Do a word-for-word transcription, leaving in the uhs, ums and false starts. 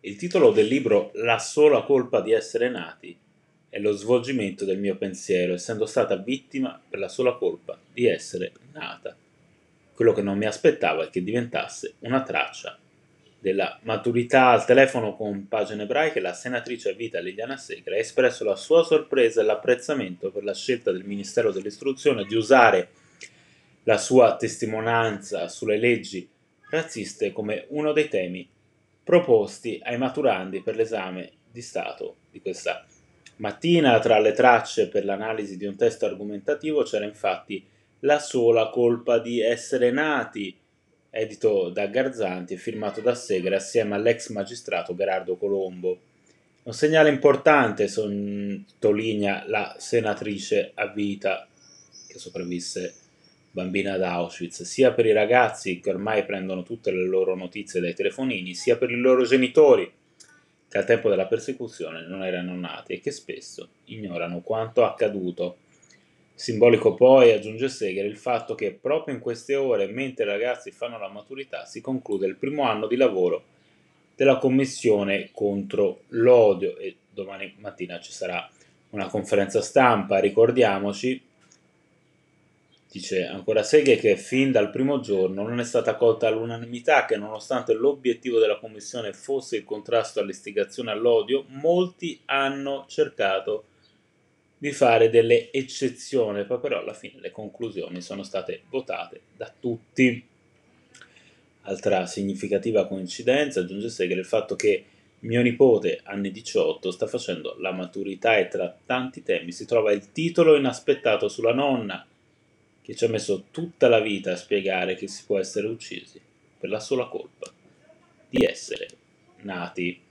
Il titolo del libro La sola colpa di essere nati è lo svolgimento del mio pensiero, essendo stata vittima per la sola colpa di essere nata. Quello che non mi aspettavo è che diventasse una traccia della maturità. Al telefono con pagine ebraiche, la senatrice a vita Liliana Segre ha espresso la sua sorpresa e l'apprezzamento per la scelta del Ministero dell'Istruzione di usare la sua testimonianza sulle leggi razziste come uno dei temi proposti ai maturandi per l'esame di Stato di questa mattina. Tra le tracce per l'analisi di un testo argomentativo c'era infatti La sola colpa di essere nati, edito da Garzanti e firmato da Segre assieme all'ex magistrato Gerardo Colombo. Un segnale importante, sottolinea la senatrice a vita che sopravvisse bambina ad Auschwitz, sia per i ragazzi che ormai prendono tutte le loro notizie dai telefonini, sia per i loro genitori che al tempo della persecuzione non erano nati e che spesso ignorano quanto accaduto. Simbolico poi, aggiunge Segre, il fatto che proprio in queste ore, mentre i ragazzi fanno la maturità, si conclude il primo anno di lavoro della Commissione contro l'odio e domani mattina ci sarà una conferenza stampa. Ricordiamoci, dice ancora Segre, che fin dal primo giorno non è stata colta all'unanimità che nonostante l'obiettivo della Commissione fosse il contrasto all'istigazione all'odio, molti hanno cercato di fare delle eccezioni, poi però alla fine le conclusioni sono state votate da tutti. Altra significativa coincidenza, aggiunge Segre, il fatto che mio nipote, anni diciotto, sta facendo la maturità e tra tanti temi si trova il titolo inaspettato sulla nonna, che ci ha messo tutta la vita a spiegare che si può essere uccisi per la sola colpa di essere nati.